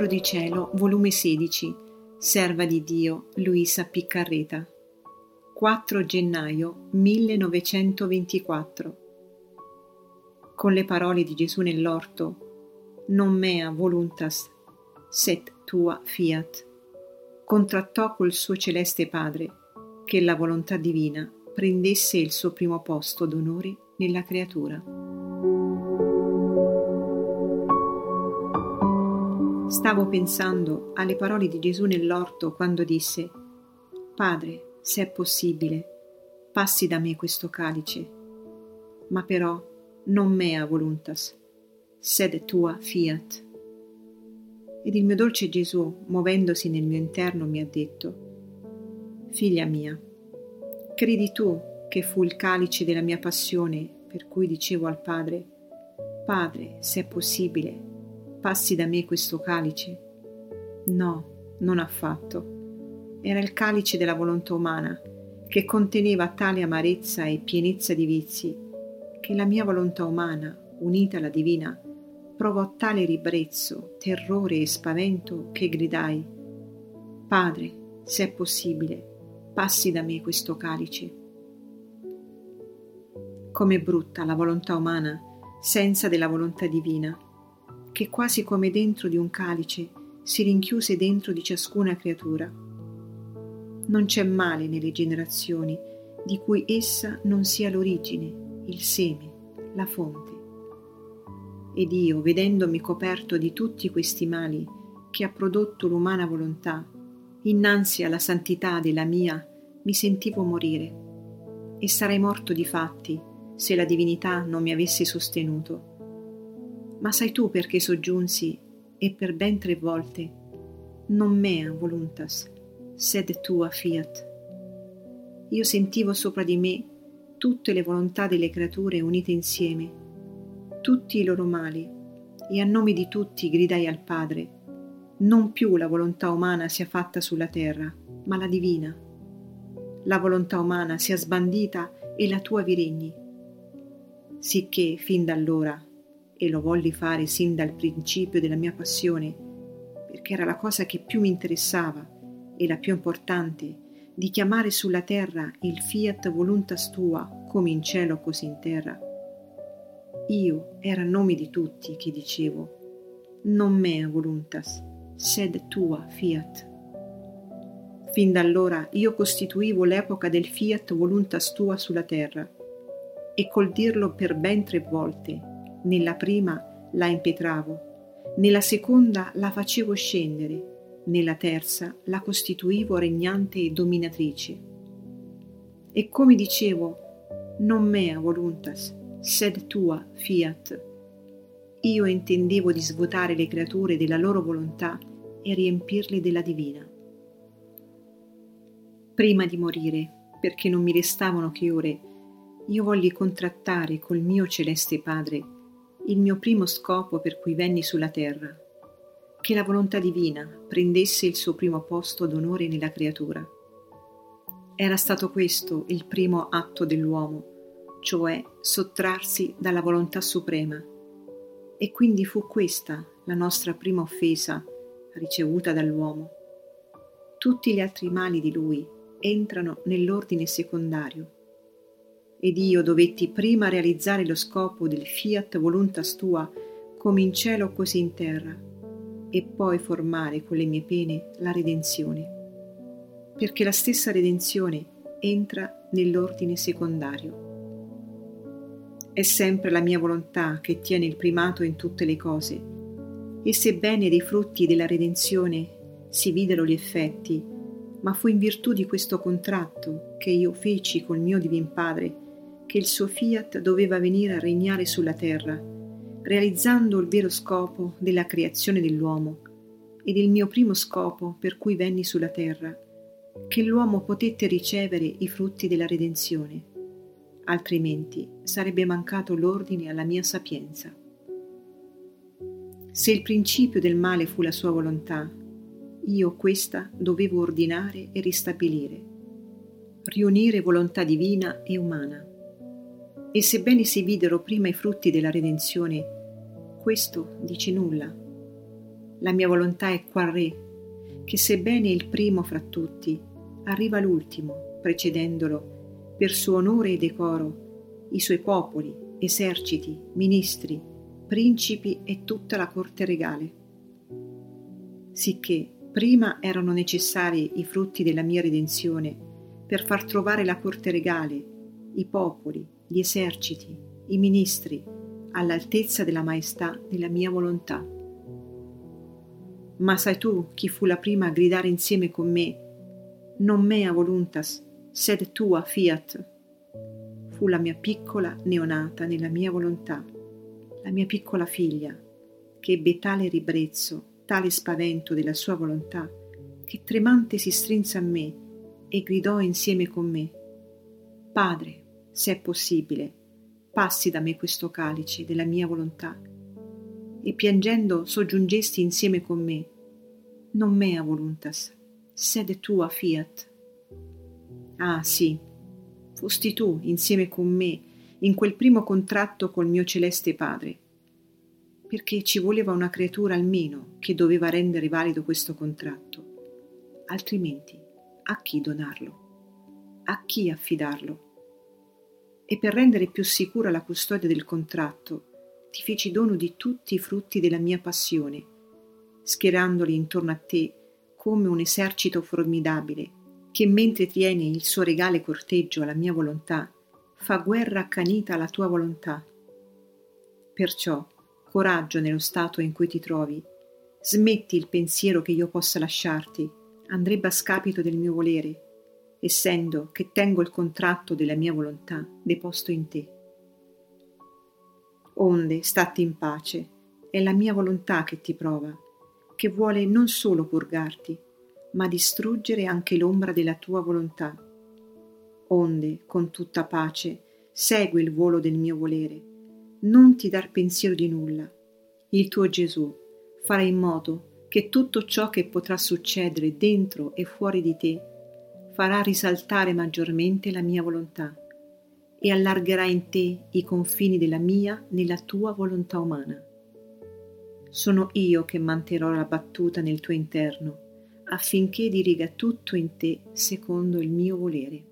Libro di Cielo, volume 16, Serva di Dio, Luisa Piccarreta, 4 gennaio 1924. Con le parole di Gesù nell'orto, non mea voluntas, sed tua fiat, contrattò col suo celeste Padre che la volontà divina prendesse il suo primo posto d'onore nella creatura. Stavo pensando alle parole di Gesù nell'orto quando disse: Padre, se è possibile, passi da me questo calice, ma però non mea voluntas, sed tua fiat. Ed il mio dolce Gesù, muovendosi nel mio interno, mi ha detto: Figlia mia, credi tu che fu il calice della mia passione per cui dicevo al Padre: Padre, se è possibile, passi da me questo calice? No, non affatto. Era il calice della volontà umana, che conteneva tale amarezza e pienezza di vizi, che la mia volontà umana, unita alla divina, provò tale ribrezzo, terrore e spavento che gridai: Padre, se è possibile, passi da me questo calice. Com'è brutta la volontà umana senza della volontà divina, che quasi come dentro di un calice si rinchiuse dentro di ciascuna creatura. Non c'è male nelle generazioni di cui essa non sia l'origine, il seme, la fonte. Ed io, vedendomi coperto di tutti questi mali che ha prodotto l'umana volontà, innanzi alla santità della mia, mi sentivo morire, e sarei morto di fatti se la divinità non mi avesse sostenuto. Ma sai tu perché soggiunsi, e per ben 3 volte, non mea voluntas, sed tua fiat. Io sentivo sopra di me tutte le volontà delle creature unite insieme, tutti i loro mali, e a nome di tutti gridai al Padre: non più la volontà umana sia fatta sulla terra, ma la divina. La volontà umana sia sbandita e la tua vi regni. Sicché fin da allora, e lo volli fare sin dal principio della mia passione, perché era la cosa che più mi interessava e la più importante, di chiamare sulla terra il fiat voluntas tua, come in cielo così in terra. Io era a nome di tutti che dicevo: non mea voluntas, sed tua fiat. Fin da allora io costituivo l'epoca del fiat voluntas tua sulla terra, e col dirlo per ben 3 volte, nella prima la impetravo, nella seconda la facevo scendere, nella terza la costituivo regnante e dominatrice. E come dicevo, non mea voluntas, sed tua fiat, io intendevo di svuotare le creature della loro volontà e riempirle della divina. Prima di morire, perché non mi restavano che ore, io volli contrattare col mio celeste Padre il mio primo scopo per cui venni sulla terra, che la volontà divina prendesse il suo primo posto d'onore nella creatura. Era stato questo il primo atto dell'uomo, cioè sottrarsi dalla volontà suprema, e quindi fu questa la nostra prima offesa ricevuta dall'uomo. Tutti gli altri mali di lui entrano nell'ordine secondario, ed io dovetti prima realizzare lo scopo del fiat voluntas tua, come in cielo così in terra, e poi formare con le mie pene la redenzione, perché la stessa redenzione entra nell'ordine secondario. È sempre la mia volontà che tiene il primato in tutte le cose, e sebbene dei frutti della redenzione si videro gli effetti, ma fu in virtù di questo contratto che io feci col mio Divin Padre che il suo fiat doveva venire a regnare sulla terra, realizzando il vero scopo della creazione dell'uomo ed il mio primo scopo per cui venni sulla terra, che l'uomo potette ricevere i frutti della redenzione, altrimenti sarebbe mancato l'ordine alla mia sapienza. Se il principio del male fu la sua volontà, io questa dovevo ordinare e ristabilire, riunire volontà divina e umana. E sebbene si videro prima i frutti della redenzione, questo dice nulla. La mia volontà è qual re, che sebbene il primo fra tutti, arriva l'ultimo, precedendolo, per suo onore e decoro, i suoi popoli, eserciti, ministri, principi e tutta la corte regale. Sicché prima erano necessari i frutti della mia redenzione per far trovare la corte regale, i popoli, gli eserciti, i ministri, all'altezza della maestà della mia volontà. Ma sai tu chi fu la prima a gridare insieme con me: non mea voluntas, sed tua fiat? Fu la mia piccola neonata nella mia volontà, la mia piccola figlia, che ebbe tale ribrezzo, tale spavento della sua volontà, che tremante si strinse a me e gridò insieme con me: Padre, se è possibile, passi da me questo calice della mia volontà. E piangendo soggiungesti insieme con me: non mea voluntas, sed tua fiat. Ah sì, fosti tu insieme con me in quel primo contratto col mio celeste Padre, perché ci voleva una creatura almeno che doveva rendere valido questo contratto, altrimenti a chi donarlo? A chi affidarlo? E per rendere più sicura la custodia del contratto, ti feci dono di tutti i frutti della mia passione, schierandoli intorno a te come un esercito formidabile che, mentre tiene il suo regale corteggio alla mia volontà, fa guerra accanita alla tua volontà. Perciò, coraggio nello stato in cui ti trovi, smetti il pensiero che io possa lasciarti, andrebbe a scapito del mio volere, essendo che tengo il contratto della mia volontà deposto in te. Onde statti in pace, è la mia volontà che ti prova, che vuole non solo purgarti, ma distruggere anche l'ombra della tua volontà. Onde, con tutta pace, segui il volo del mio volere, non ti dar pensiero di nulla. Il tuo Gesù farà in modo che tutto ciò che potrà succedere dentro e fuori di te farà risaltare maggiormente la mia volontà e allargherà in te i confini della mia nella tua volontà umana. Sono io che manterrò la battuta nel tuo interno, affinché diriga tutto in te secondo il mio volere.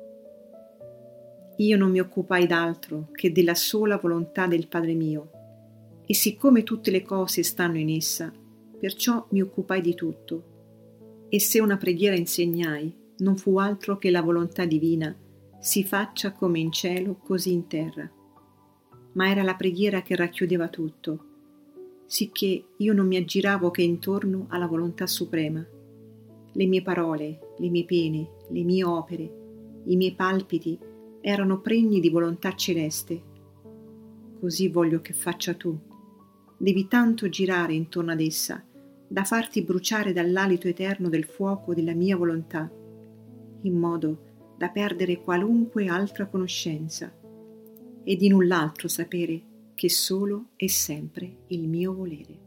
Io non mi occupai d'altro che della sola volontà del Padre mio, e siccome tutte le cose stanno in essa, perciò mi occupai di tutto. E se una preghiera insegnai, non fu altro che la volontà divina si faccia come in cielo così in terra. Ma era la preghiera che racchiudeva tutto, sicché io non mi aggiravo che intorno alla volontà suprema. Le mie parole, le mie pene, le mie opere, i miei palpiti erano pregni di volontà celeste. Così voglio che faccia tu. Devi tanto girare intorno ad essa, da farti bruciare dall'alito eterno del fuoco della mia volontà, in modo da perdere qualunque altra conoscenza e di null'altro sapere che solo e sempre il mio volere.